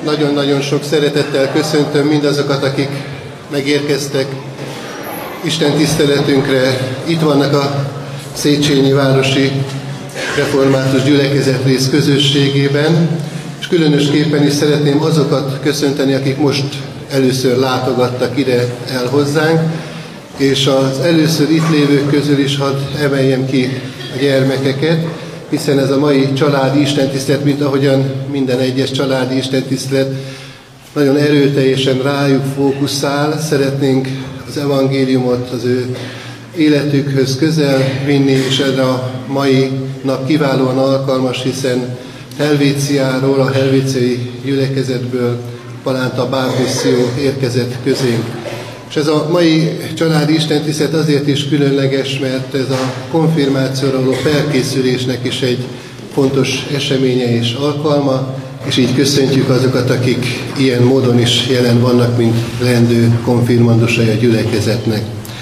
nagyon-nagyon sok szeretettel köszöntöm mindazokat, akik megérkeztek Isten tiszteletünkre. Itt vannak a Széchenyi Városi Református Gyülekezetrész közösségében, és különösképpen is szeretném azokat köszönteni, akik most először látogattak ide el hozzánk, és az először itt lévők közül is hadd emeljem ki a gyermekeket, hiszen ez a mai családi istentisztelet, mint ahogyan minden egyes családi istentisztelet, nagyon erőteljesen rájuk fókuszál. Szeretnénk az evangéliumot az ő életükhöz közel vinni, és erre a mai nap kiválóan alkalmas, hiszen Helvéciáról, a helvéciai gyülekezetből Palánta bábmisszió érkezett közénk. És ez a mai családi istentisztelet azért is különleges, mert ez a konfirmációra való felkészülésnek is egy fontos eseménye és alkalma, és így köszöntjük azokat, akik ilyen módon is jelen vannak, mint leendő konfirmandusai a gyülekezetnek.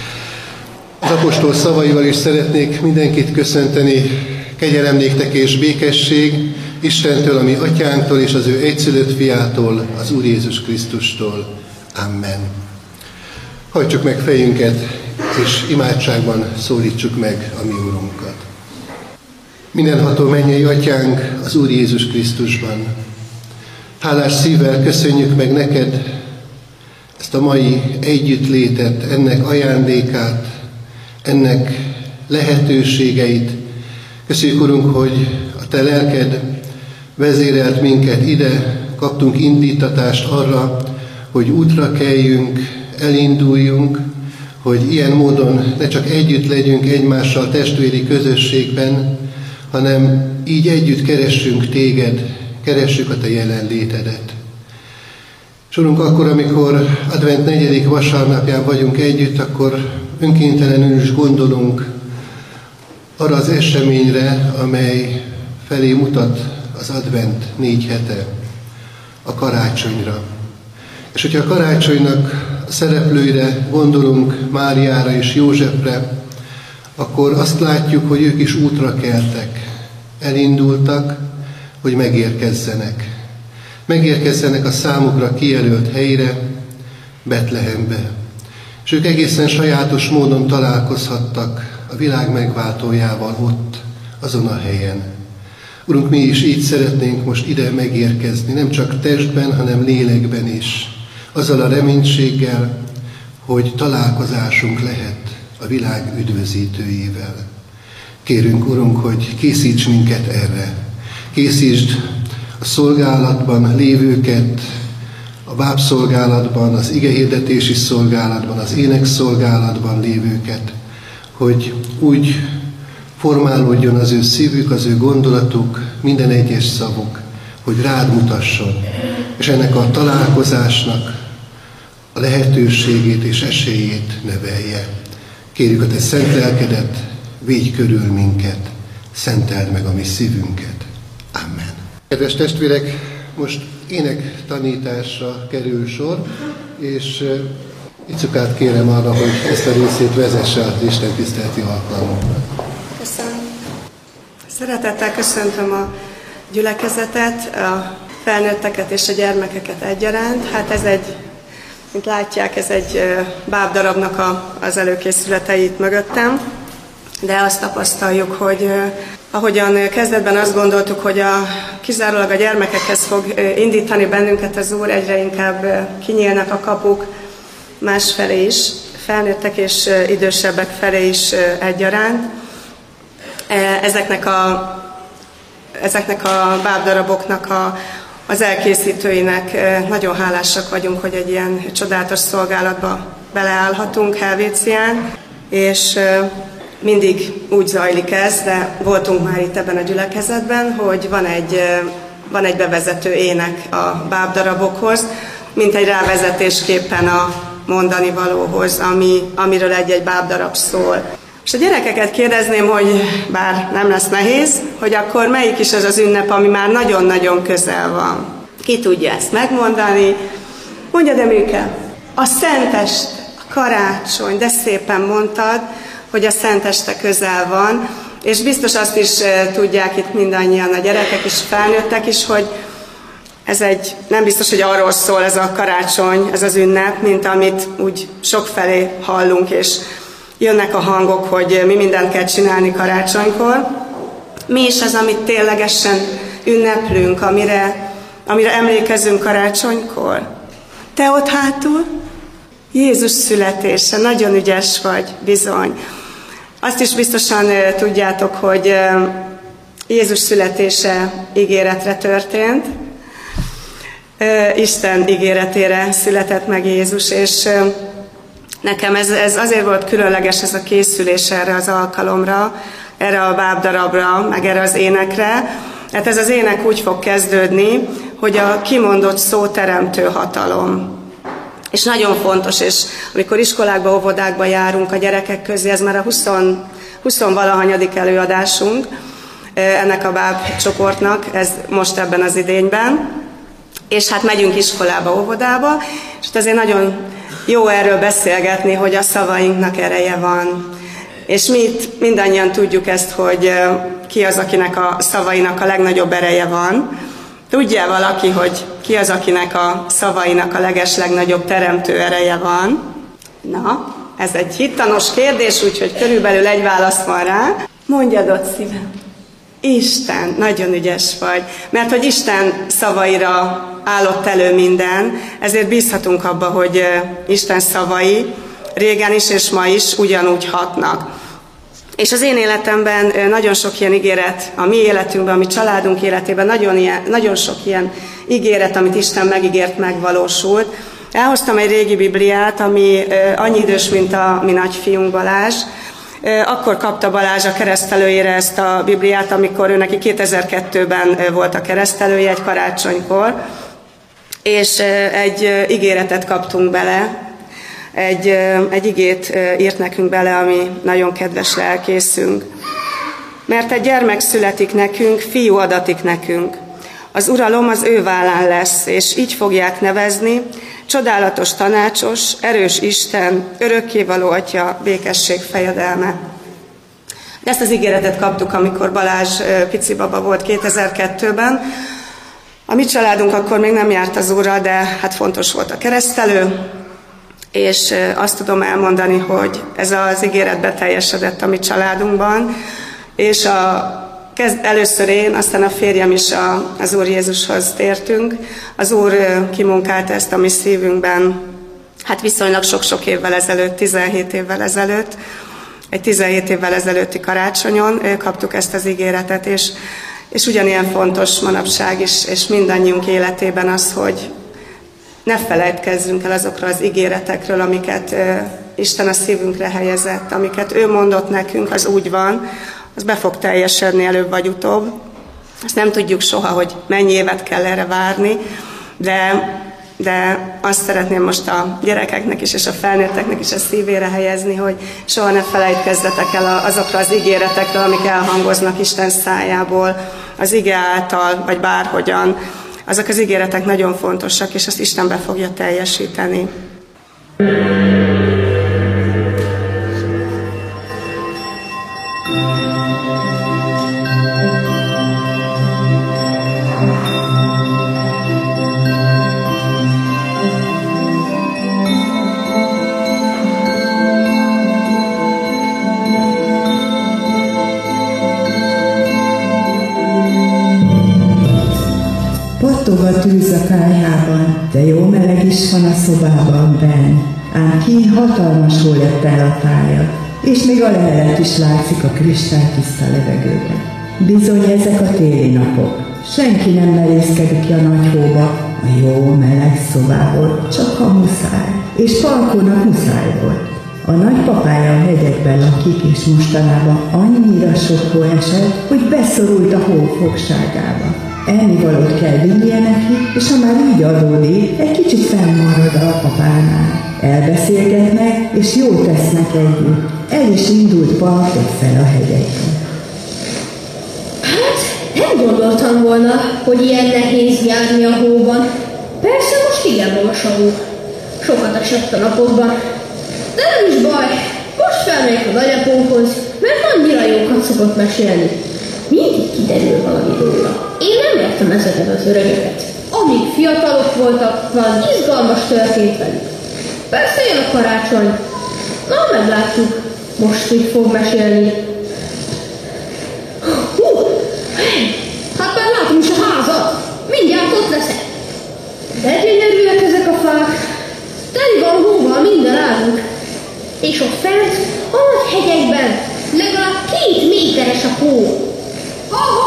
Az apostol szavaival is szeretnék mindenkit köszönteni: kegyelem néktek és békesség Istentől, a mi atyánktól, és az ő egyszülött fiától, az Úr Jézus Krisztustól. Amen. Hajtsuk meg fejünket, és imádságban szólítsuk meg a mi Urunkat. Mindenható mennyei Atyánk az Úr Jézus Krisztusban, hálás szívvel köszönjük meg neked ezt a mai együttlétet, ennek ajándékát, ennek lehetőségeit. Köszönjük, Urunk, hogy a Te lelked vezérelt minket ide, kaptunk indítatást arra, hogy útra keljünk, elinduljunk, hogy ilyen módon ne csak együtt legyünk egymással testvéri közösségben, hanem így együtt keressünk téged, keressük a te jelenlétedet. És Urunk, akkor, amikor advent 4. vasárnapján vagyunk együtt, akkor önkéntelenül is gondolunk arra az eseményre, amely felé mutat az advent 4 hete, a karácsonyra. És hogyha a karácsonynak a szereplőire gondolunk, Máriára és Józsefre, akkor azt látjuk, hogy ők is útra keltek, elindultak, hogy megérkezzenek. Megérkezzenek a számukra kijelölt helyre, Betlehembe. És ők egészen sajátos módon találkozhattak a világ megváltójával ott, azon a helyen. Urunk, mi is így szeretnénk most ide megérkezni, nem csak testben, hanem lélekben is. Azzal a reménységgel, hogy találkozásunk lehet a világ üdvözítőjével. Kérünk, Urunk, hogy készíts minket erre. Készítsd a szolgálatban lévőket, a bábszolgálatban, az igehirdetési szolgálatban, az énekszolgálatban lévőket, hogy úgy formálódjon az ő szívük, az ő gondolatuk, minden egyes szavuk, hogy rád mutasson, és ennek a találkozásnak a lehetőségét és esélyét növelje. Kérjük a te szent lelkedet, védj körül minket, szenteld meg a mi szívünket. Amen. Kedves testvérek, most énektanításra kerül sor, és Icukát kérem arra, hogy ezt a részét vezesse az Isten tiszteleti alkalmunkra. Köszönöm. Szeretettel köszöntöm a gyülekezetet, a felnőtteket és a gyermekeket egyaránt. Hát ez egy, mint látják, ez egy bábdarabnak az előkészületei itt mögöttem, de azt tapasztaljuk, hogy ahogyan kezdetben azt gondoltuk, hogy kizárólag a gyermekekhez fog indítani bennünket az Úr, egyre inkább kinyílnak a kapuk másfelé is, felnőttek és idősebbek felé is egyaránt. Ezeknek a bábdaraboknak az elkészítőinek nagyon hálásak vagyunk, hogy egy ilyen csodálatos szolgálatba beleállhatunk Helvécián, és mindig úgy zajlik ez, de voltunk már itt ebben a gyülekezetben, hogy van egy bevezető ének a bábdarabokhoz, mint egy rávezetésképpen a mondani valóhoz, amiről egy-egy bábdarab szól. És a gyerekeket kérdezném, hogy bár nem lesz nehéz, hogy akkor melyik is az az ünnep, ami már nagyon-nagyon közel van. Ki tudja ezt megmondani? Mondja, de Műke, a Szenteste, a karácsony, de szépen mondtad, hogy a Szenteste közel van, és biztos azt is tudják itt mindannyian, a gyerekek is, felnőttek is, hogy nem biztos, hogy arról szól ez a karácsony, ez az ünnep, mint amit úgy sokfelé hallunk, és jönnek a hangok, hogy mi mindent kell csinálni karácsonykor. Mi is az, amit ténylegesen ünneplünk, amire emlékezünk karácsonykor? Te ott hátul? Jézus születése, nagyon ügyes vagy, bizony. Azt is biztosan tudjátok, hogy Jézus születése ígéretre történt. Isten ígéretére született meg Jézus, és nekem ez azért volt különleges ez a készülés erre az alkalomra, erre a bábdarabra, meg erre az énekre. Hát ez az ének úgy fog kezdődni, hogy a kimondott szó teremtő hatalom. És nagyon fontos, és amikor iskolákba, óvodákba járunk a gyerekek közé, ez már a 20-valahanyadik előadásunk ennek a báb csoportnak, ez most ebben az idényben. És hát megyünk iskolába, óvodába, és azért nagyon jó erről beszélgetni, hogy a szavainknak ereje van. És mi itt mindannyian tudjuk ezt, hogy ki az, akinek a szavainak a legnagyobb ereje van. Tudja valaki, hogy ki az, akinek a szavainak a legeslegnagyobb teremtő ereje van? Na, ez egy hittanos kérdés, úgyhogy körülbelül egy válasz van rá. Mondjad ott, szívem. Isten, nagyon ügyes vagy, mert hogy Isten szavaira állott elő minden, ezért bízhatunk abba, hogy Isten szavai régen is és ma is ugyanúgy hatnak. És az én életemben nagyon sok ilyen ígéret, a mi életünkben, a mi családunk életében nagyon sok ilyen ígéret, amit Isten megígért, megvalósult. Elhoztam egy régi Bibliát, ami annyi idős, mint a mi nagyfiunk Balázs. Akkor kapta Balázs a keresztelőjére ezt a Bibliát, amikor ő neki 2002-ben volt a keresztelője, egy karácsonykor, és egy ígéretet kaptunk bele, egy igét írt nekünk bele, ami nagyon kedves lelkészünk. Mert egy gyermek születik nekünk, fiú adatik nekünk. Az uralom az ő vállán lesz, és így fogják nevezni, csodálatos tanácsos, erős Isten, örökkévaló Atya, békesség fejedelme. Ezt az ígéretet kaptuk, amikor Balázs pici baba volt 2002-ben. A mi családunk akkor még nem járt az Úrral, de hát fontos volt a keresztelő, és azt tudom elmondani, hogy ez az ígéret beteljesedett a mi családunkban, és először én, aztán a férjem is az Úr Jézushoz tértünk. Az Úr kimunkálta ezt a mi szívünkben, hát viszonylag sok-sok évvel ezelőtt, 17 évvel ezelőtt, egy 17 évvel ezelőtti karácsonyon kaptuk ezt az ígéretet, és ugyanilyen fontos manapság is, és mindannyiunk életében az, hogy ne felejtkezzünk el azokról az ígéretekről, amiket Isten a szívünkre helyezett, amiket ő mondott nekünk, az úgy van, az be fog teljesedni előbb vagy utóbb. Azt nem tudjuk soha, hogy mennyi évet kell erre várni, de azt szeretném most a gyerekeknek is és a felnőtteknek is a szívére helyezni, hogy soha ne felejtkezzetek el azokra az ígéretekről, amik elhangoznak Isten szájából, az ige által, vagy bárhogyan. Azok az ígéretek nagyon fontosak, és azt Isten be fogja teljesíteni. Pattog a tűz a kályhában, de jó meleg is van a szobában benn. Ám kín hatalmas hó lett el a tája, és még a lehelet is látszik a kristálytiszta levegőben. Bizony ezek a téli napok. Senki nem merészkedik ki a nagy hóba, a jó meleg szobából, csak ha muszáj. És Palkónak muszáj volt. A nagypapája a hegyekben lakik, és mostanában annyira sok hó esett, hogy beszorult a hó fogságába. Ennivalót kell vinnie neki, és ha már így adódik, egy kicsit fennmarad a apánál. Elbeszélgetnek, és jót tesznek együtt. El is indult Palkó fel a hegyekre. Hát, nem gondoltam volna, hogy ilyen nehéz járni a hóban. Persze most igen magas a hó. Sokat esett a napokban. De nem is baj, most felmegyek a nagyapóhoz, mert annyira jókat szokott mesélni. Mindig kiderül valami róla. Én nem értem ezeket az öregeket. Amíg fiatalok voltak, valami izgalmas történt velük. Persze jön a karácsony. Na, meglátjuk. Most mit fog mesélni. Hát már látom is a házat. Mindjárt ott leszek. De gyönyörűek ezek a fák. Teli van hóval minden águk. És ott fent, a nagy hegyekben legalább 2 méteres a hó. Ha-ho!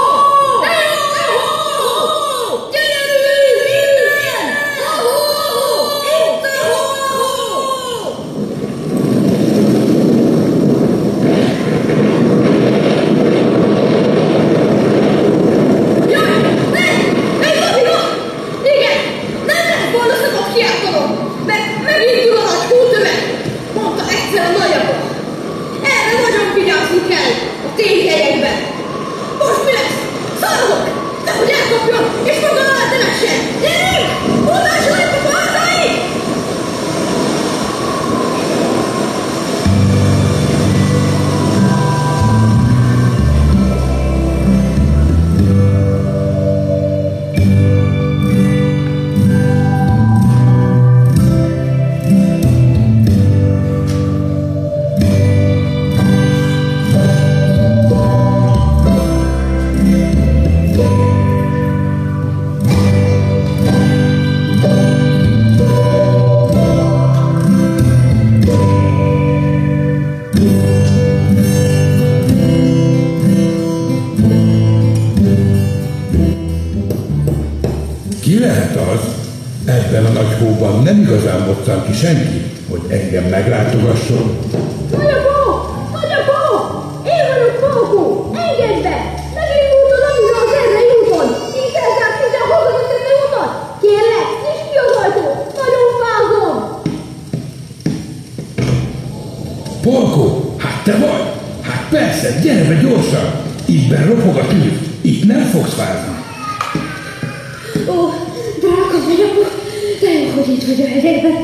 Ebben a nagy hóban nem igazán moccant ki senki, hogy engem meglátogasson. Nagyapó! Nagyapó! Én vagyok Falkó! Engedd be! Megindult az anyuka az erdei úton! Így elzárt minden hallgatott erdei úton! Kérlek, nyisd ki az ajtót! Nagyon fázom! Falkó, hát te vagy? Hát persze, gyere be gyorsan! Ittben ropog a tűz, itt nem fogsz fázni. Ó, drága nagyapó! De jó, hogy itt vagy a hegyekben.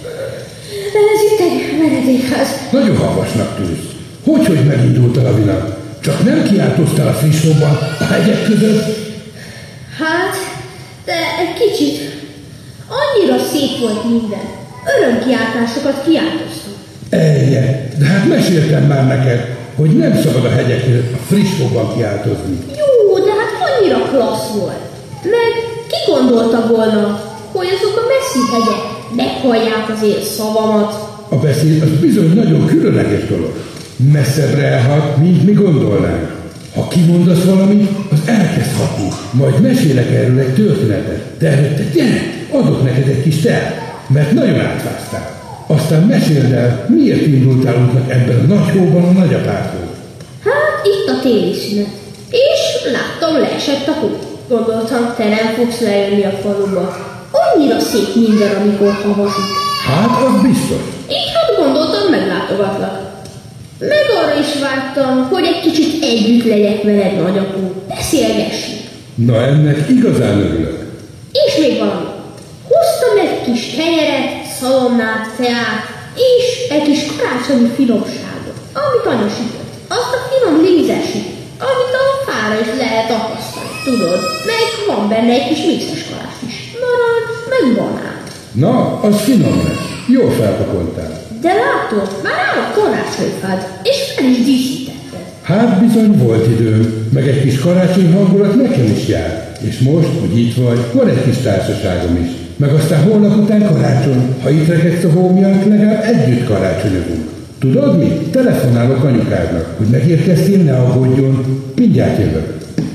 Ez itt egy menedékház. Nagyon havasnak tűz. Hogy megindult a lavina? Csak nem kiáltoztál a friss hóban, a hegyek között? Hát, de egy kicsit. Annyira szép volt minden. Örömkiáltásokat kiáltoztam. Elje, de hát meséltem már neked, hogy nem szabad a hegyek között a friss hóban kiáltozni. Jó, de hát annyira klassz volt. Meg ki gondolta volna, hogy azok a messzi hegyek meghallják az én szavamat. A beszéd az bizony nagyon különleges dolog. Messzebbre elhat, mint mi gondolnánk. Ha kimondasz valamit, az elkezd hatni. Majd mesélek erről egy történetet. De előtte gyere, adok neked egy kis teát, mert nagyon átváztál. Aztán meséld el, miért indultál útnak ebben a nagy hóban a nagyapától. Hát itt a téli szünet. És láttam, leesett a hó. Gondoltam, te nem fogsz lejönni a faluba. Annyira szép minden, amikor havasik. Hát, az biztos. Így hát gondoltam, meglátogatlak. Meg arra is vártam, hogy egy kicsit együtt legyek veled, nagyapó. Beszélgessünk. Na, ennek igazán örülök. És még valami. Hoztam egy kis kenyeret, szalonnát, teát, és egy kis karácsonyi finomságot, amit anya sütött. Azt a finom lízesit, amit a fára is lehet akasztani, tudod? Meg van benne egy kis mészes kalács is. Narancs, meg banán. Na, az finom lesz. Jól felpakoltál. De látod, már áll a karácsonyfád, és fel is díszítetted. Hát bizony volt időm, meg egy kis karácsony hangulat nekem is jár. És most, hogy itt vagy, van egy kis társaságom is. Meg aztán holnap után karácsony. Ha itt rekedsz a hó miatt, legalább együtt karácsonyogunk. Tudod mi? Telefonálok anyukádnak, hogy megérkeztél, ne aggódjon. Mindjárt jövök.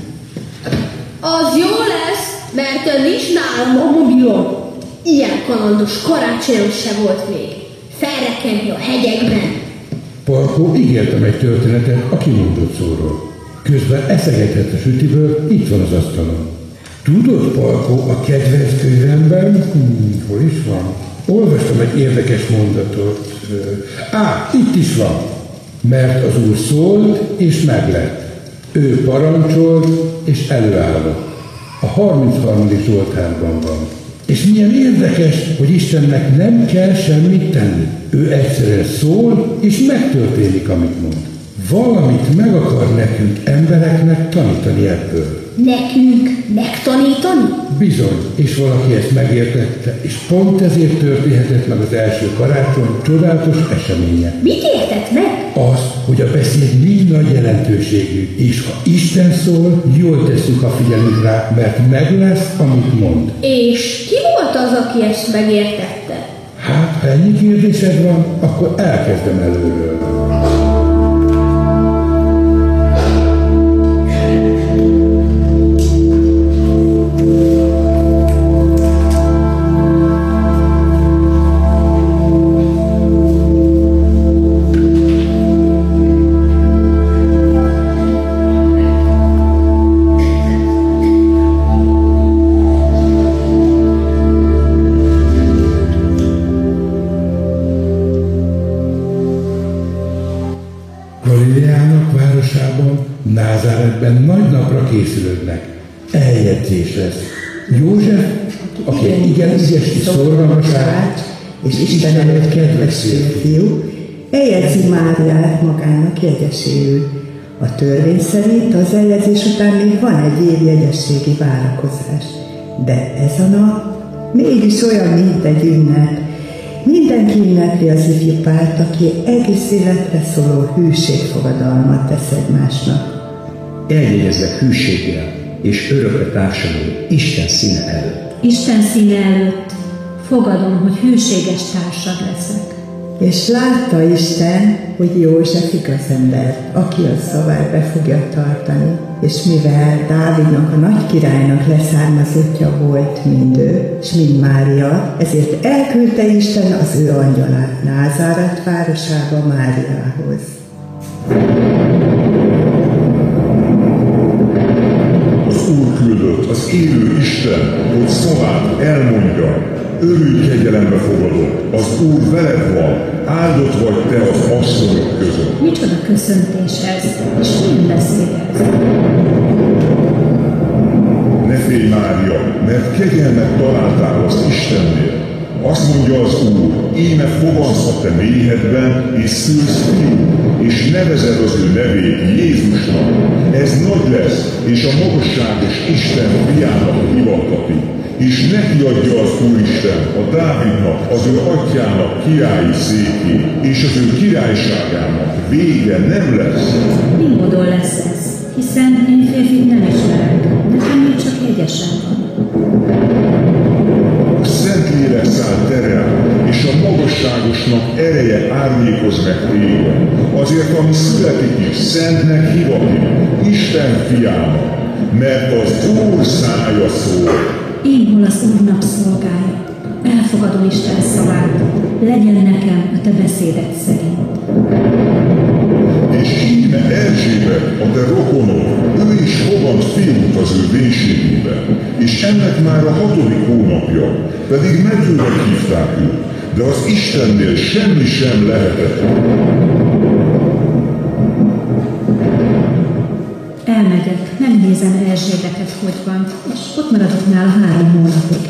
Az jó lesz, mert nincs nálam a mobilom. Ilyen kalandos karácsonyom se volt még. Felrekenni a hegyekben. Falkó, ígértem egy történetet a kimondott szóról. Közben eszegetett a sütiből, itt van az asztalon. Tudod, Falkó, a kedvenc könyvemben, hol is van? Olvastam egy érdekes mondatot. Itt is van. Mert az Úr szólt, és meglett. Ő parancsolt, és előállott. A 33. Zsoltárban van. És milyen érdekes, hogy Istennek nem kell semmit tenni. Ő egyszerűen szól, és megtörténik, amit mond. Valamit meg akar nekünk, embereknek tanítani ebből. Nekünk megtanítani? Bizony, és valaki ezt megértette, és pont ezért történhetett meg az első karácsony csodálatos eseménye. Mit értett meg? Az, hogy a beszéd mind nagy jelentőségű, és ha Isten szól, jól tesszük a figyelmünk rá, mert meg lesz, amit mond. És ki volt az, aki ezt megértette? Hát, ha ennyi kérdésed van, akkor elkezdem előről. Galileának városában, Názáretben nagy napra készülődnek. Eljegyzés lesz. József, aki egy igen ügyes és szorgalmas és Isten előtt kedves férfiú, eljegyzi Máriát magának jegyeséül. A törvény szerint az eljegyzés után még van egy év jegyességi várakozás. De ez a nap mégis olyan, mint egy ünnep. Mindenki ünnepli az ifjú párt, aki egész életre szóló hűségfogadalmat tesz egymásnak. Eljegyezzek hűséggel és örökre társadalom Isten színe előtt. Isten színe előtt fogadom, hogy hűséges társad leszek. És látta Isten, hogy József igaz ember, aki a szavát be fogja tartani, és mivel Dávidnak, a nagy királynak leszármazottja volt mind ő, és mind Mária, ezért elküldte Isten az ő angyalát Názáret városába Máriához. Az Úr küldött, az élő Isten, hogy szavát elmondja. Örülj, kegyelembe fogadott, az Úr veled van, áldott vagy te az asszonyok között. Micsoda köszöntés ez, és mind beszél ez. Ne félj, Mária, mert kegyelmet találtál az Istennél. Azt mondja az Úr, íme fogansz a te méhedben, és szülsz fiút, és nevezed az ő nevét Jézusnak. Ez nagy lesz, és a magasságos Isten fiának hivatati. És neki adja az Úristen, a Dávidnak, az ő atyának királyi székét, és az ő királyságának vége nem lesz. Mi módon lesz ez? Hiszen én férfit nem ismerek, nekem még csak jegyesen van. A Szentlélek száll terel, és a magasságosnak ereje árnyékoz meg téged. Azért, ami születik is, szentnek hivatik, Isten fiának, mert az Úr szája szól. Én hol az Úrnak szolgálja. Elfogadom Isten szavát. Legyen nekem a te beszéded szerint. És íme Erzsébet, a te rokonod, ő is fogant fiút az ő vénségébe, és ennek már a 6. hónapja, pedig medőnek hívták őt, de az Istennél semmi sem lehetett. Elmegyek, nem nézem Erzsébeket, hogy van, és ott maradok nála 3 hónapig.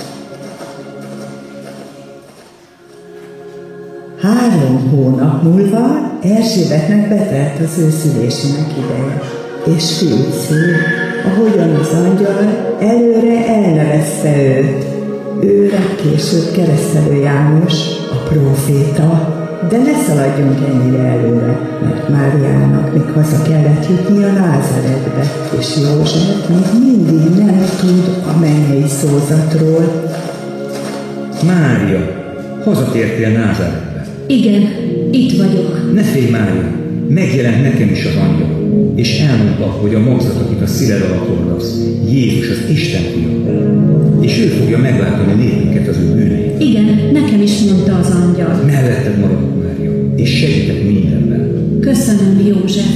3 hónap múlva Erzsébetnek betelt az ő szülésének ideje, és fiút szül, ahogyan az angyal előre elnevezte őt. Ő lett később Keresztelő János, a próféta. De ne szaladjunk ennyire előre, mert Máriának még haza kellett jutnia Názáretbe, és József még mindig nem tud a mennyei szózatról. Mária, hazatértél Názáretbe? Igen, itt vagyok. Ne félj, Mária, megjelent nekem is az angyal, és elmondta, hogy a magzat, akit a szíved alatt hordasz, Jézus az Isten fia, és ő fogja megváltani népünket az ő bűneit. Igen, nekem is mondta az angyal. Melletted maradok, Mária, és segítek mindenben. Köszönöm, József.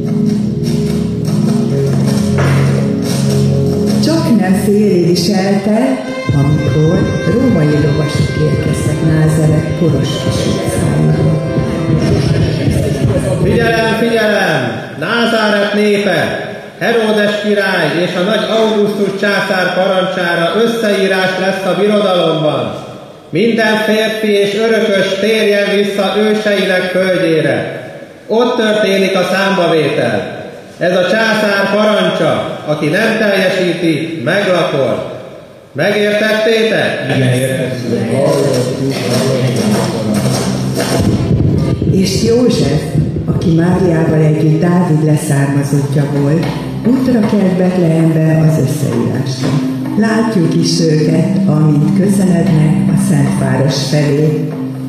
Csak nem fél év is eltelt, amikor római lovasok érkeztek Názáret koros kis utcájába. Figyelem, figyelem! Názáret népe! Heródes király és a nagy Augustus császár parancsára összeírás lesz a birodalomban. Minden férfi és örökös térjen vissza őseinek földjére. Ott történik a számbavétel. Ez a császár parancsa, aki nem teljesíti, meglakol. Megértettétek? Igen, értettük. És József, aki Máriával együtt Dávid leszármazottja volt, útra kelt Betlehembe az összeírásra. Látjuk is őket, amint közelednek a Szentváros felé.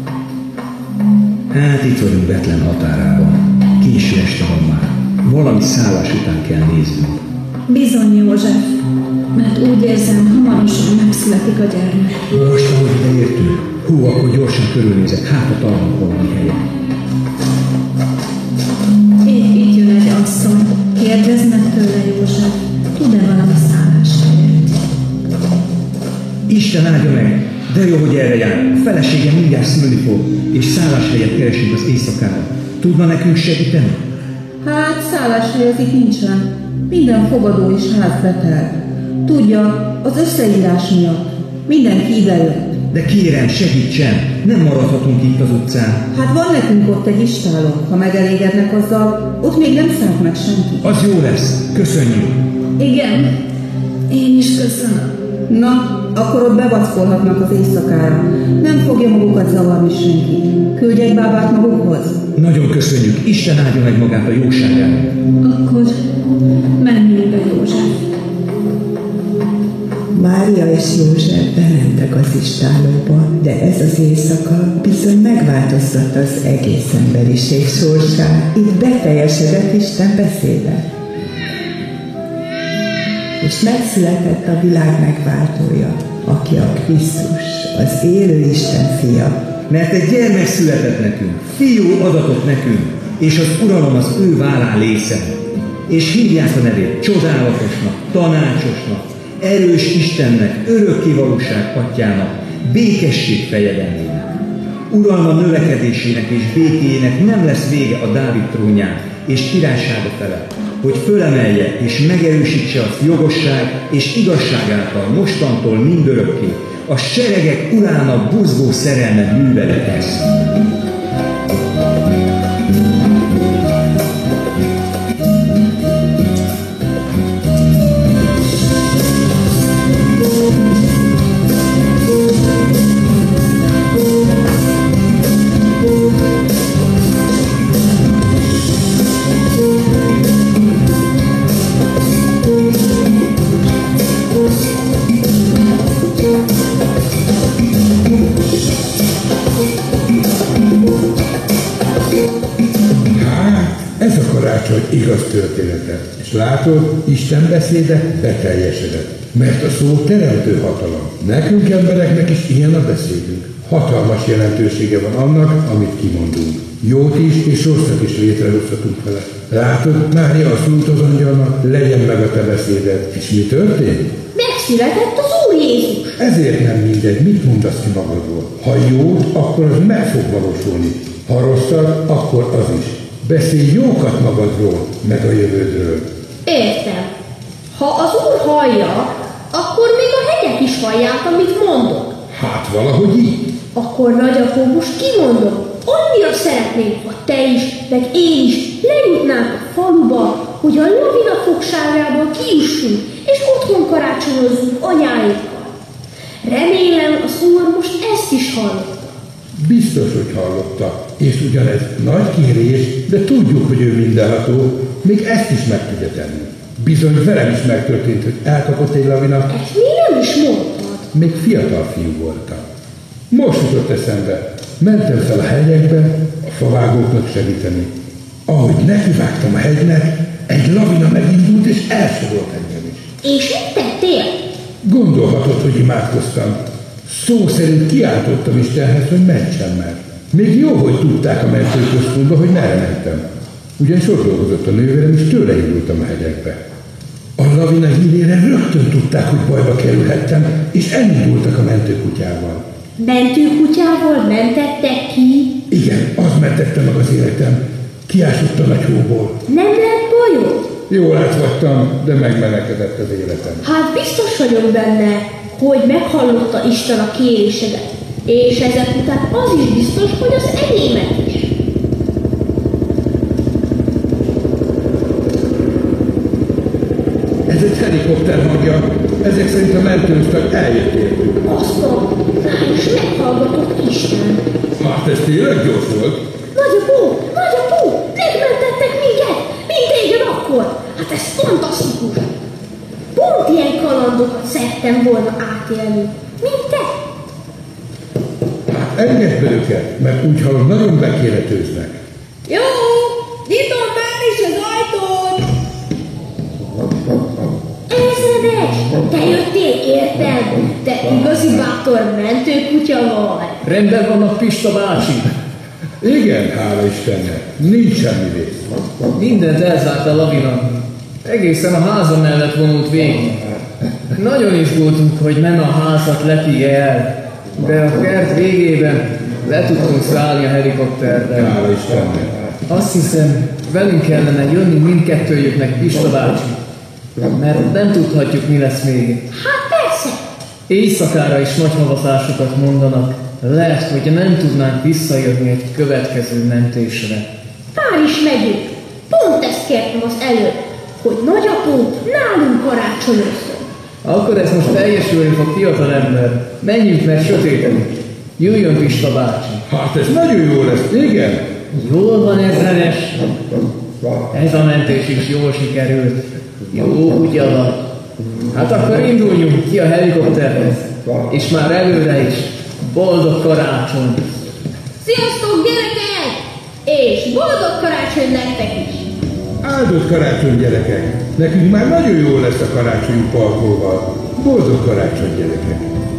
Hát itt vagyunk Betlehem határában. Késő este van már. Valami szállás után kell néznünk. Bizony, József, mert úgy érzem, hamarosan megszületik a gyermek. Most, ahogy ideértünk, akkor gyorsan körülnézek, hát a találunk valami helyen. Épp itt jön egy asszony. Kérdezd meg tőle, József, tud-e valami szálláshelyet? Isten áldja meg! De jó, hogy erre jár. A feleségem mindjárt szülni fog, és szálláshelyet keresünk az éjszakára. Tudna nekünk segíteni? Hát szálláshely az itt nincsen. Minden fogadó és ház betelt. Tudja, az összeírás miatt. Mindenki idejött. De kérem, segítsen! Nem maradhatunk itt az utcán. Hát van nekünk ott egy istáló. Ha megelégednek azzal, ott még nem szállt meg senki. Az jó lesz. Köszönjük. Igen, én is köszönöm. Na, akkor ott bevackolhatnak az éjszakára. Nem fogja magukat zavarni senki. Küldj egy bábát magukhoz. Nagyon köszönjük. Isten áldja meg magát a jóságát. Akkor menjünk be, József. Mária és József bementek az istálóba, de ez az éjszaka bizony megváltoztatta az egész emberiség sorsát. Itt beteljesedett Isten beszéde. És megszületett a világ megváltója, aki a Krisztus, az élő Isten fia. Mert egy gyermek született nekünk, fiú adatott nekünk, és az uralom az ő vállán lészett. És hívják a nevét csodálatosnak, tanácsosnak, erős Istennek, örökkévalóság atyának, békesség fejedelmének. Uralma növekedésének és békéjének nem lesz vége a Dávid trónján és királysága felett, hogy fölemelje és megerősítse azt jogosság és igazság által mostantól mindörökké, a seregek urának buzgó szerelme művele ez. Igaz története. És látod, Isten beszéde beteljesedett. Mert a szó teremtő hatalom. Nekünk embereknek is ilyen a beszédünk. Hatalmas jelentősége van annak, amit kimondunk. Jót is és rosszat is létrehozhatunk vele. Látod, Mária azt mondta az angyalnak, legyen meg a te beszéded. És mi történt? Megszületett az Úr Jézus. Ezért nem mindegy, mit mondasz ki magadról. Ha jót, akkor az meg fog valósulni. Ha rosszat, akkor az is. Beszélj jókat magadról, meg a jövődről. Értem. Ha az Úr hallja, akkor még a hegyek is hallják, amit mondok. Hát valahogy így. Akkor nagyapó, most kimondom, annyira szeretnénk, hogy te is, meg én is lejutnánk a faluba, hogy a lavina fogságából kijussunk, és otthon karácsonyozzunk anyáinkkal. Remélem, az Úr most ezt is hallotta. Biztos, hogy hallotta. És ugyanez nagy kérés, de tudjuk, hogy ő mindenható, még ezt is meg tudja tenni. Bizony velem is megtörtént, hogy elkapott egy lavina. Ezt mi nem is mondtad. Még fiatal fiú voltam. Most jutott eszembe. Mentem fel a hegyekbe, a favágóknak segíteni. Ahogy nekivágtam a hegynek, egy lavina megindult és elsorolt engem is. És mit tettél? Gondolhatod, hogy imádkoztam. Szó szerint kiáltottam Istenhez, hogy mentsen meg. Még jó, hogy tudták a mentőközpontba, hogy merre mentem. Ugyanis ott dolgozott a nővérem, és tőle indultam a hegyekbe. A lavina hírére rögtön tudták, hogy bajba kerülhettem, és elindultak a mentőkutyával. Mentőkutyával mentettek ki? Igen, az mentette meg az életem. Kiásott a nagy hóból. Nem lett bajod? Jól átvattam, de megmenekedett az életem. Hát biztos vagyok benne, hogy meghallotta Isten a kérésedet. És ezek után az is biztos, hogy az enyémet is. Ez egy helikopter hangja. Ezek szerint a mentőnök eljött értünk. Aztán, és meghallgatott Isten. Hát ez tényleg gyors volt? Nagyapó, megmentettek minket, mint régen akkor. Hát ez fantasztikus. Pont ilyen kalandokat szerettem volna átélni, mint te. Hát engedd be őket, mert úgy hallom, nagyon bekéretőznek. Jó, nyitom már is az ajtót. Ezredes, te jöttél, érted? Te igazi bátor mentőkutya vagy. Rendben vannak, Pista bácsi. Igen, hála Istennek, nincs semmi vész. Mindent elzárt a lavina. Egészen a háza mellett vonult végig. Nagyon izgultunk, hogy nem a házat lepije el, de a kert végében le tudtunk szállni a helikopterre. Hála Istennek. Azt hiszem, velünk kellene jönni mindkettőjüknek, Pista bácsi. Mert nem tudhatjuk, mi lesz még. Hát persze. Éjszakára is nagy havazásokat mondanak. Lehet, hogy nem tudnánk visszajönni egy következő mentésre. Már is megyünk. Pont ezt kértem az előbb, hogy nagyapónk nálunk karácsonyozzon. Akkor ez most teljesülni fog, fiatal ember. Menjünk, mert sötétedik. Jöjjön, Pista bácsi. Hát ez nagyon jó lesz, igen? Jól van, ezredes. Ez a mentés is jól sikerült. Jó kutya vagy. Hát akkor induljunk ki a helikopterhez. És már előre is. Boldog karácsony! Sziasztok, gyerekek! És boldog karácsony nektek is! Áldott karácsony, gyerekek! Nekünk már nagyon jó lesz a karácsonyi Palkóval. Boldog karácsony, gyerekek!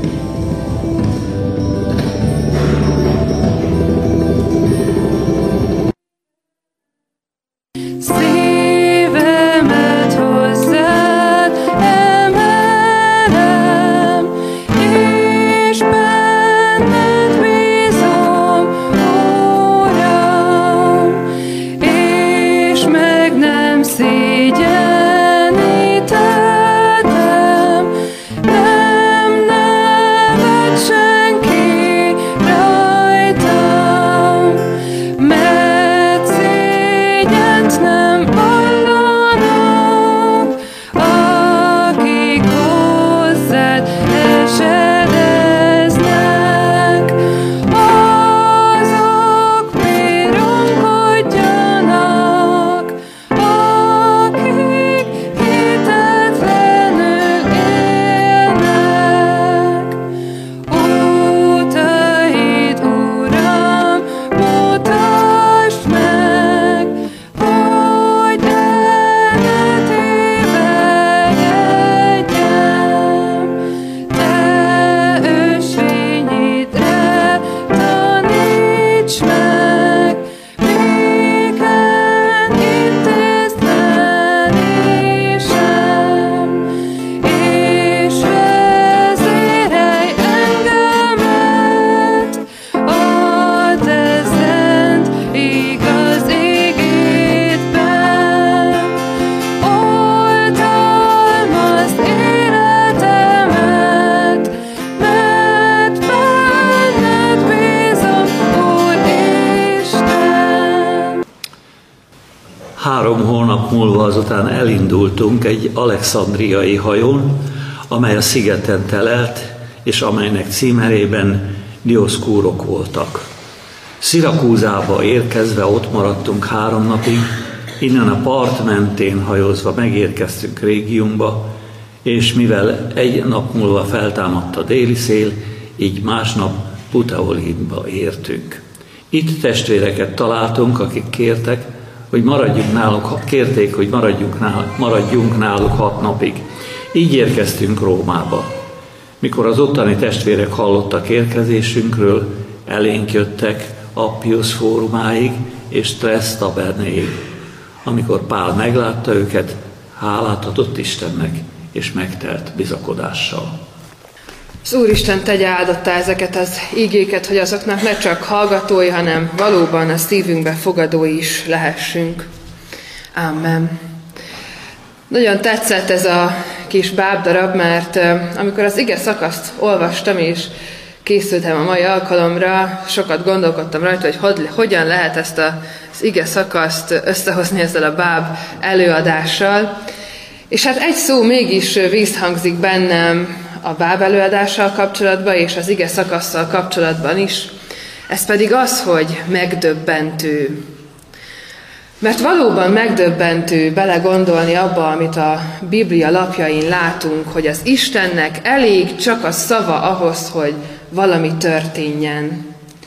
múlva azután elindultunk egy alexandriai hajón, amely a szigeten telelt, és amelynek címerében Dioszkúrok voltak. Szirakúzába érkezve ott maradtunk 3 napig, innen a part mentén hajózva megérkeztünk Régiumba, és mivel 1 nap múlva feltámadt a déli szél, így másnap Puteolimba értünk. Itt testvéreket találtunk, akik kérték, hogy maradjunk náluk 6 napig. Így érkeztünk Rómába. Mikor az ottani testvérek hallottak érkezésünkről, elénk jöttek Appius fórumáig és Stress tabernéig. Amikor Pál meglátta őket, hálát adott Istennek, és megtelt bizakodással. Az Úristen tegye áldottá ezeket az ígéket, hogy azoknak ne csak hallgatói, hanem valóban a szívünkbe fogadói is lehessünk. Amen. Nagyon tetszett ez a kis bábdarab, mert amikor az ige szakaszt olvastam és készültem a mai alkalomra, sokat gondolkodtam rajta, hogy hogyan lehet ezt az ige szakaszt összehozni ezzel a báb előadással. És hát egy szó mégis visszhangzik bennem a báb előadással kapcsolatban, és az ige szakasszal kapcsolatban is. Ez pedig az, hogy megdöbbentő. Mert valóban megdöbbentő belegondolni abba, amit a Biblia lapjain látunk, hogy az Istennek elég csak a szava ahhoz, hogy valami történjen.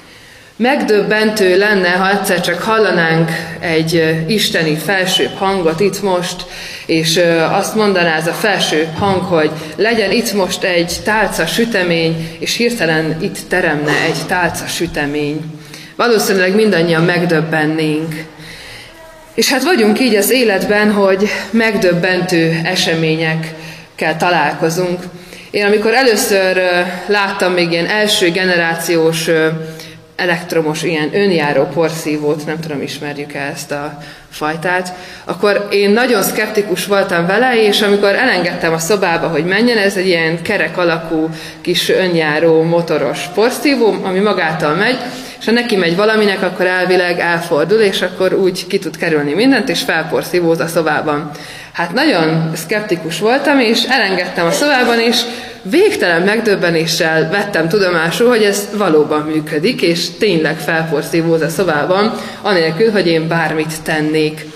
Megdöbbentő lenne, ha egyszer csak hallanánk egy isteni felsőbb hangot itt most, és azt mondaná ez a felsőbb hang, hogy legyen itt most egy tálca sütemény, és hirtelen itt teremne egy tálca sütemény. Valószínűleg mindannyian megdöbbennénk. És hát vagyunk így az életben, hogy megdöbbentő eseményekkel találkozunk. Én amikor először láttam még ilyen első generációs elektromos, ilyen önjáró porszívót, nem tudom, ismerjük-e ezt a fajtát, akkor én nagyon szkeptikus voltam vele, és amikor elengedtem a szobába, hogy menjen, ez egy ilyen kerek alakú kis önjáró motoros porszívó, ami magától megy, és ha neki megy valaminek, akkor elvileg elfordul, és akkor úgy ki tud kerülni mindent, és felporszívóz a szobában. Hát nagyon szkeptikus voltam, és elengedtem a szobában, és végtelen megdöbbenéssel vettem tudomásul, hogy ez valóban működik, és tényleg felporszívóz a szobában, anélkül, hogy én bármit tennék.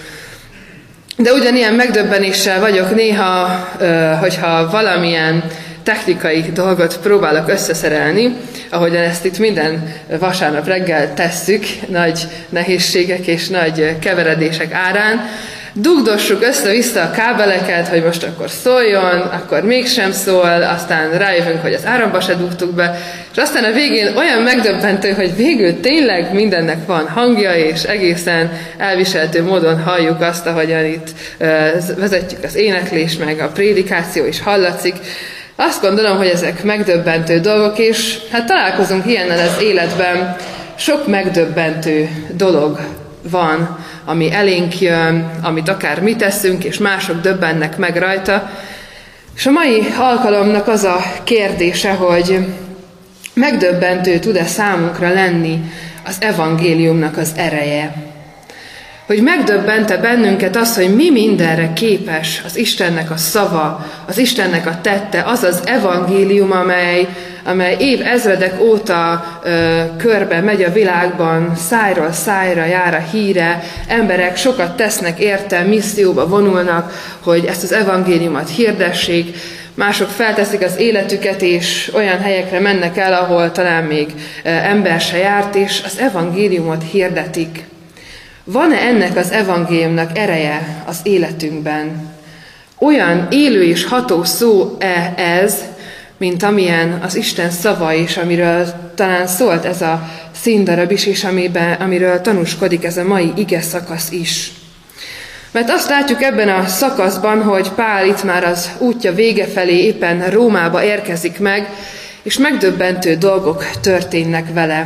De ugyanilyen megdöbbenéssel vagyok néha, hogyha valamilyen technikai dolgot próbálok összeszerelni, ahogyan ezt itt minden vasárnap reggel tesszük, nagy nehézségek és nagy keveredések árán, dugdossuk össze-vissza a kábeleket, hogy most akkor szóljon, akkor mégsem szól, aztán rájövünk, hogy az áramba se dugtuk be, és aztán a végén olyan megdöbbentő, hogy végül tényleg mindennek van hangja, és egészen elviselhető módon halljuk azt, ahogyan itt vezetjük az éneklés, meg a prédikáció is hallatszik. Azt gondolom, hogy ezek megdöbbentő dolgok, és hát találkozunk ilyennel az életben. Sok megdöbbentő dolog van, ami elénk jön, amit akár mi teszünk, és mások döbbennek meg rajta. És a mai alkalomnak az a kérdése, hogy megdöbbentő tud-e számunkra lenni az evangéliumnak az ereje. Hogy megdöbbente bennünket az, hogy mi mindenre képes az Istennek a szava, az Istennek a tette, az az evangélium, amely évezredek óta körbe megy a világban, szájról szájra jár a híre, emberek sokat tesznek érte, misszióba vonulnak, hogy ezt az evangéliumot hirdessék, mások felteszik az életüket, és olyan helyekre mennek el, ahol talán még ember se járt, és az evangéliumot hirdetik. Van-e ennek az evangéliumnak ereje az életünkben? Olyan élő és ható szó-e ez, mint amilyen az Isten szava is, amiről talán szólt ez a színdarab is, és amiről tanúskodik ez a mai ige szakasz is. Mert azt látjuk ebben a szakaszban, hogy Pál itt már az útja vége felé éppen Rómába érkezik meg, és megdöbbentő dolgok történnek vele.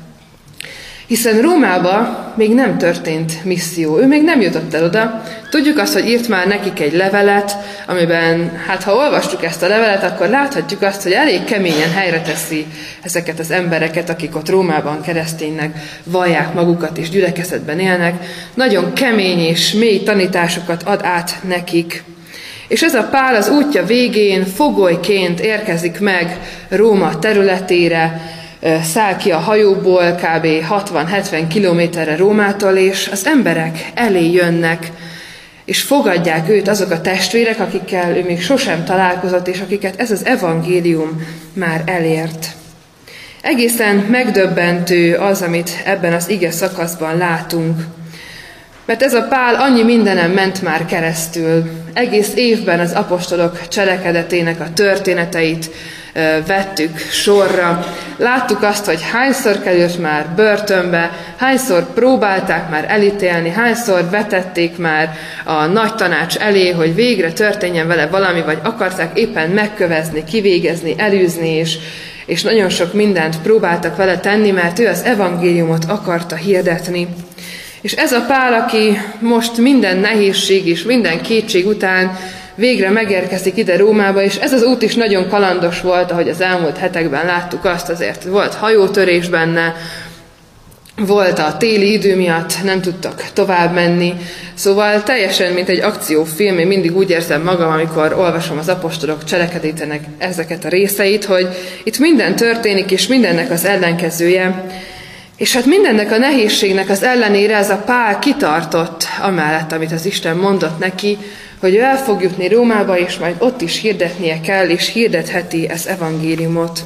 Hiszen Rómába még nem történt misszió, ő még nem jutott el oda. Tudjuk azt, hogy írt már nekik egy levelet, amiben, hát ha olvastuk ezt a levelet, akkor láthatjuk azt, hogy elég keményen helyre teszi ezeket az embereket, akik ott Rómában kereszténynek vallják magukat és gyülekezetben élnek. Nagyon kemény és mély tanításokat ad át nekik. És ez a Pál az útja végén fogolyként érkezik meg Róma területére, száll ki a hajóból kb. 60-70 kilométerre Rómától, és az emberek elé jönnek, és fogadják őt azok a testvérek, akikkel ő még sosem találkozott, és akiket ez az evangélium már elért. Egészen megdöbbentő az, amit ebben az ige szakaszban látunk. Mert ez a Pál annyi mindenen ment már keresztül. Egész évben az apostolok cselekedetének a történeteit vettük sorra. Láttuk azt, hogy hányszor került már börtönbe, hányszor próbálták már elítélni, hányszor vetették már a nagy tanács elé, hogy végre történjen vele valami, vagy akarták éppen megkövezni, kivégezni, elűzni, és nagyon sok mindent próbáltak vele tenni, mert ő az evangéliumot akarta hirdetni. És ez a Pál, aki most minden nehézség és minden kétség után végre megérkezik ide Rómába, és ez az út is nagyon kalandos volt, ahogy az elmúlt hetekben láttuk azt, azért volt hajótörés benne, volt a téli idő miatt, nem tudtak tovább menni. Szóval teljesen, mint egy akciófilm, én mindig úgy érzem magam, amikor olvasom az apostolok cselekedetének ezeket a részeit, hogy itt minden történik, és mindennek az ellenkezője. És hát mindennek a nehézségnek az ellenére ez a Pál kitartott amellett, amit az Isten mondott neki, hogy ő el fog jutni Rómába, és majd ott is hirdetnie kell, és hirdetheti az evangéliumot.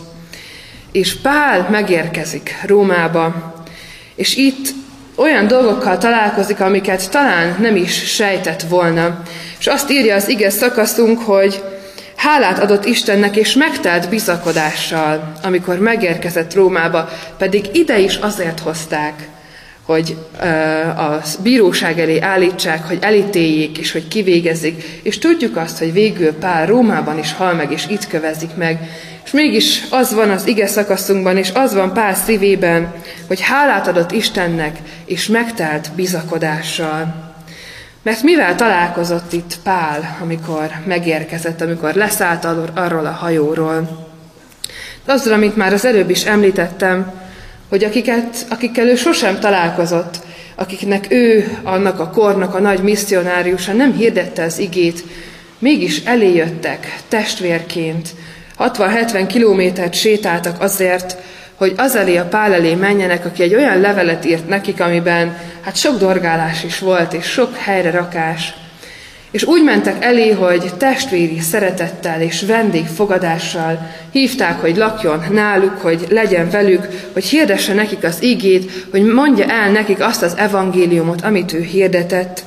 És Pál megérkezik Rómába, és itt olyan dolgokkal találkozik, amiket talán nem is sejtett volna. És azt írja az ige szakaszunk, hogy hálát adott Istennek, és megtelt bizakodással, amikor megérkezett Rómába, pedig ide is azért hozták, hogy a bíróság elé állítsák, hogy elítéljék, és hogy kivégezzék. És tudjuk azt, hogy végül Pál Rómában is hal meg, és itt kövezik meg. És mégis az van az ige szakaszunkban, és az van Pál szívében, hogy hálát adott Istennek, és megtelt bizakodással. Mert mivel találkozott itt Pál, amikor megérkezett, amikor leszállt arról a hajóról? Azzal, amit már az előbb is említettem, hogy akikkel ő sosem találkozott, akiknek ő annak a kornak a nagy misszionáriusa nem hirdette az igét, mégis eléjöttek testvérként, 60-70 kilométert sétáltak azért, hogy az elé a Pál elé menjenek, aki egy olyan levelet írt nekik, amiben hát sok dorgálás is volt, és sok helyre rakás. És úgy mentek elé, hogy testvéri szeretettel és vendégfogadással hívták, hogy lakjon náluk, hogy legyen velük, hogy hirdesse nekik az igét, hogy mondja el nekik azt az evangéliumot, amit ő hirdetett.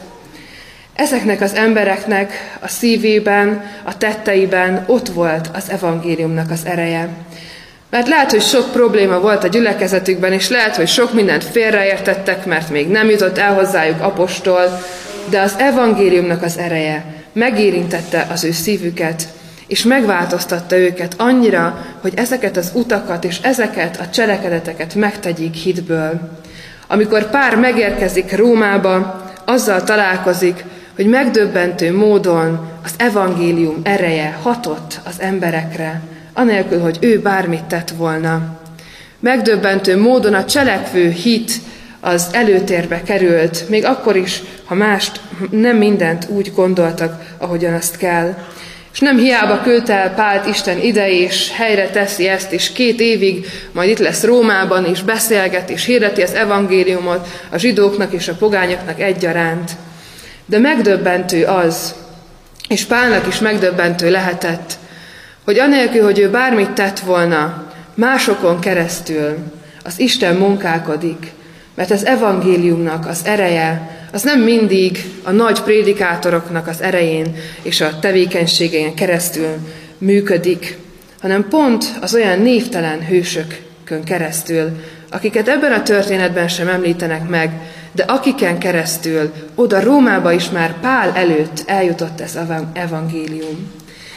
Ezeknek az embereknek a szívében, a tetteiben ott volt az evangéliumnak az ereje. Mert lehet, hogy sok probléma volt a gyülekezetükben, és lehet, hogy sok mindent félreértettek, mert még nem jutott el hozzájuk apostol, de az evangéliumnak az ereje megérintette az ő szívüket, és megváltoztatta őket annyira, hogy ezeket az utakat és ezeket a cselekedeteket megtegyék hitből. Amikor Pál megérkezik Rómába, azzal találkozik, hogy megdöbbentő módon az evangélium ereje hatott az emberekre, anélkül, hogy ő bármit tett volna. Megdöbbentő módon a cselekvő hit az előtérbe került, még akkor is, ha mást nem mindent úgy gondoltak, ahogyan azt kell. És nem hiába küldte el Pált Isten ide, és helyre teszi ezt, és 2 évig majd itt lesz Rómában, és beszélget, és hirdeti az evangéliumot a zsidóknak és a pogányoknak egyaránt. De megdöbbentő az, és Pálnak is megdöbbentő lehetett, hogy anélkül, hogy ő bármit tett volna, másokon keresztül az Isten munkálkodik, mert az evangéliumnak az ereje, az nem mindig a nagy prédikátoroknak az erején és a tevékenységein keresztül működik, hanem pont az olyan névtelen hősökön keresztül, akiket ebben a történetben sem említenek meg, de akiken keresztül oda Rómába is már Pál előtt eljutott ez az evangélium.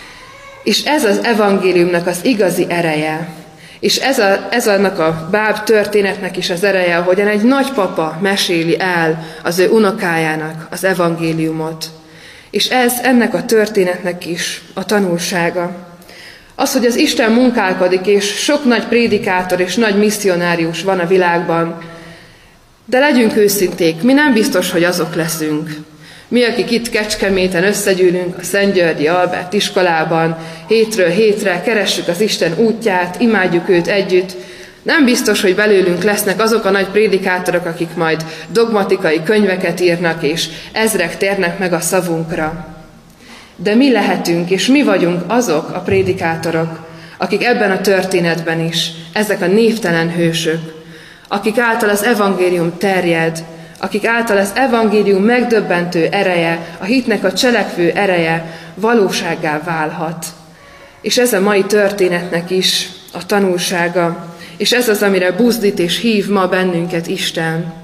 És ez az evangéliumnak az igazi ereje, és ez annak a báb történetnek is az ereje, ahogyan egy nagypapa meséli el az ő unokájának az evangéliumot. És ez ennek a történetnek is a tanulsága. Az, hogy az Isten munkálkodik, és sok nagy prédikátor és nagy misszionárius van a világban, de legyünk őszinték, mi nem biztos, hogy azok leszünk. Mi, akik itt Kecskeméten összegyűlünk a Szentgyörgyi Albert iskolában, hétről hétre keressük az Isten útját, imádjuk őt együtt, nem biztos, hogy belőlünk lesznek azok a nagy prédikátorok, akik majd dogmatikai könyveket írnak, és ezrek térnek meg a szavunkra. De mi lehetünk, és mi vagyunk azok a prédikátorok, akik ebben a történetben is, ezek a névtelen hősök, akik által az evangélium terjed, akik által az evangélium megdöbbentő ereje, a hitnek a cselekvő ereje valósággá válhat. És ez a mai történetnek is a tanulsága, és ez az, amire buzdít és hív ma bennünket Isten.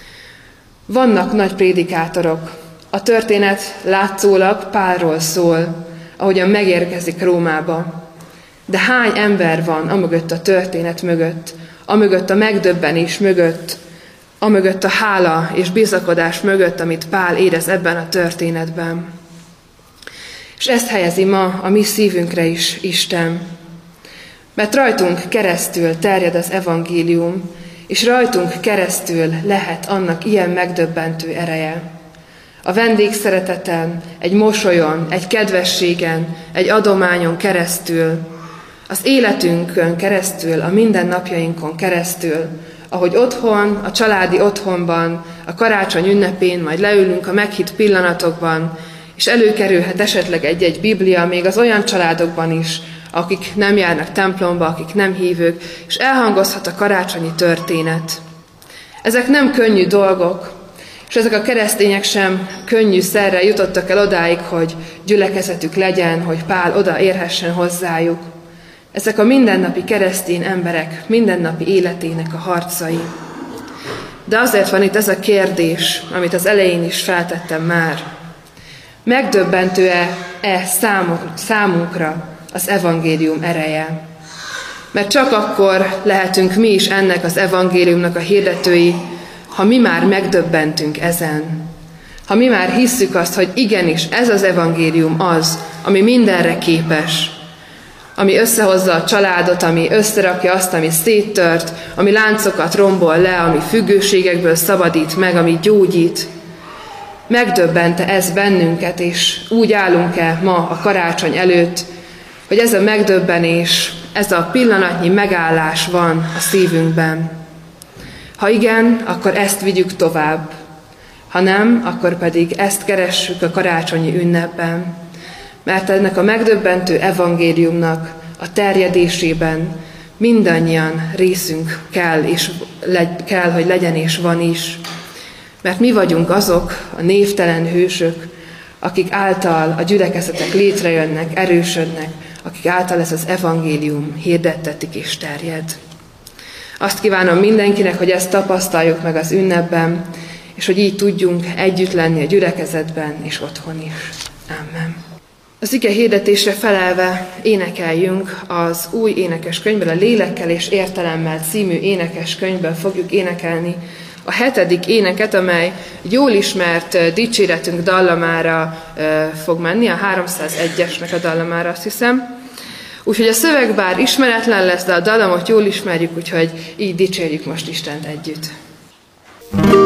Vannak nagy prédikátorok. A történet látszólag Pálról szól, ahogyan megérkezik Rómába. De hány ember van amögött a történet mögött, amögött a megdöbbenés mögött, amögött a hála és bizakodás mögött, amit Pál érez ebben a történetben. És ezt helyezi ma a mi szívünkre is Isten. Mert rajtunk keresztül terjed az evangélium, és rajtunk keresztül lehet annak ilyen megdöbbentő ereje. A vendégszereteten, egy mosolyon, egy kedvességen, egy adományon keresztül, az életünkön keresztül, a mindennapjainkon keresztül, ahogy otthon, a családi otthonban, a karácsony ünnepén majd leülünk a meghitt pillanatokban, és előkerülhet esetleg egy-egy Biblia még az olyan családokban is, akik nem járnak templomba, akik nem hívők, és elhangozhat a karácsonyi történet. Ezek nem könnyű dolgok, és ezek a keresztények sem könnyű szerrel jutottak el odáig, hogy gyülekezetük legyen, hogy Pál oda érhessen hozzájuk. Ezek a mindennapi keresztény emberek mindennapi életének a harcai. De azért van itt ez a kérdés, amit az elején is feltettem már. Megdöbbentő-e számunkra az evangélium ereje? Mert csak akkor lehetünk mi is ennek az evangéliumnak a hirdetői, ha mi már megdöbbentünk ezen. Ha mi már hisszük azt, hogy igenis ez az evangélium az, ami mindenre képes, ami összehozza a családot, ami összerakja azt, ami széttört, ami láncokat rombol le, ami függőségekből szabadít meg, ami gyógyít. Megdöbbente ez bennünket, és úgy állunk-e ma a karácsony előtt, hogy ez a megdöbbenés, ez a pillanatnyi megállás van a szívünkben. Ha igen, akkor ezt vigyük tovább. Ha nem, akkor pedig ezt keressük a karácsonyi ünnepben. Mert ennek a megdöbbentő evangéliumnak a terjedésében mindannyian részünk kell, hogy legyen és van is. Mert mi vagyunk azok a névtelen hősök, akik által a gyülekezetek létrejönnek, erősödnek, akik által ez az evangélium hirdettetik és terjed. Azt kívánom mindenkinek, hogy ezt tapasztaljuk meg az ünnepben, és hogy így tudjunk együtt lenni a gyülekezetben és otthon is. Amen. Az ige hirdetésre felelve énekeljünk az új énekeskönyvből, a Lélekkel és értelemmel című énekeskönyvből fogjuk énekelni a 7. éneket, amely jól ismert dicséretünk dallamára fog menni, a 301-esnek a dallamára, azt hiszem. Úgyhogy a szöveg bár ismeretlen lesz, de a dallamot jól ismerjük, úgyhogy így dicsérjük most Istent együtt.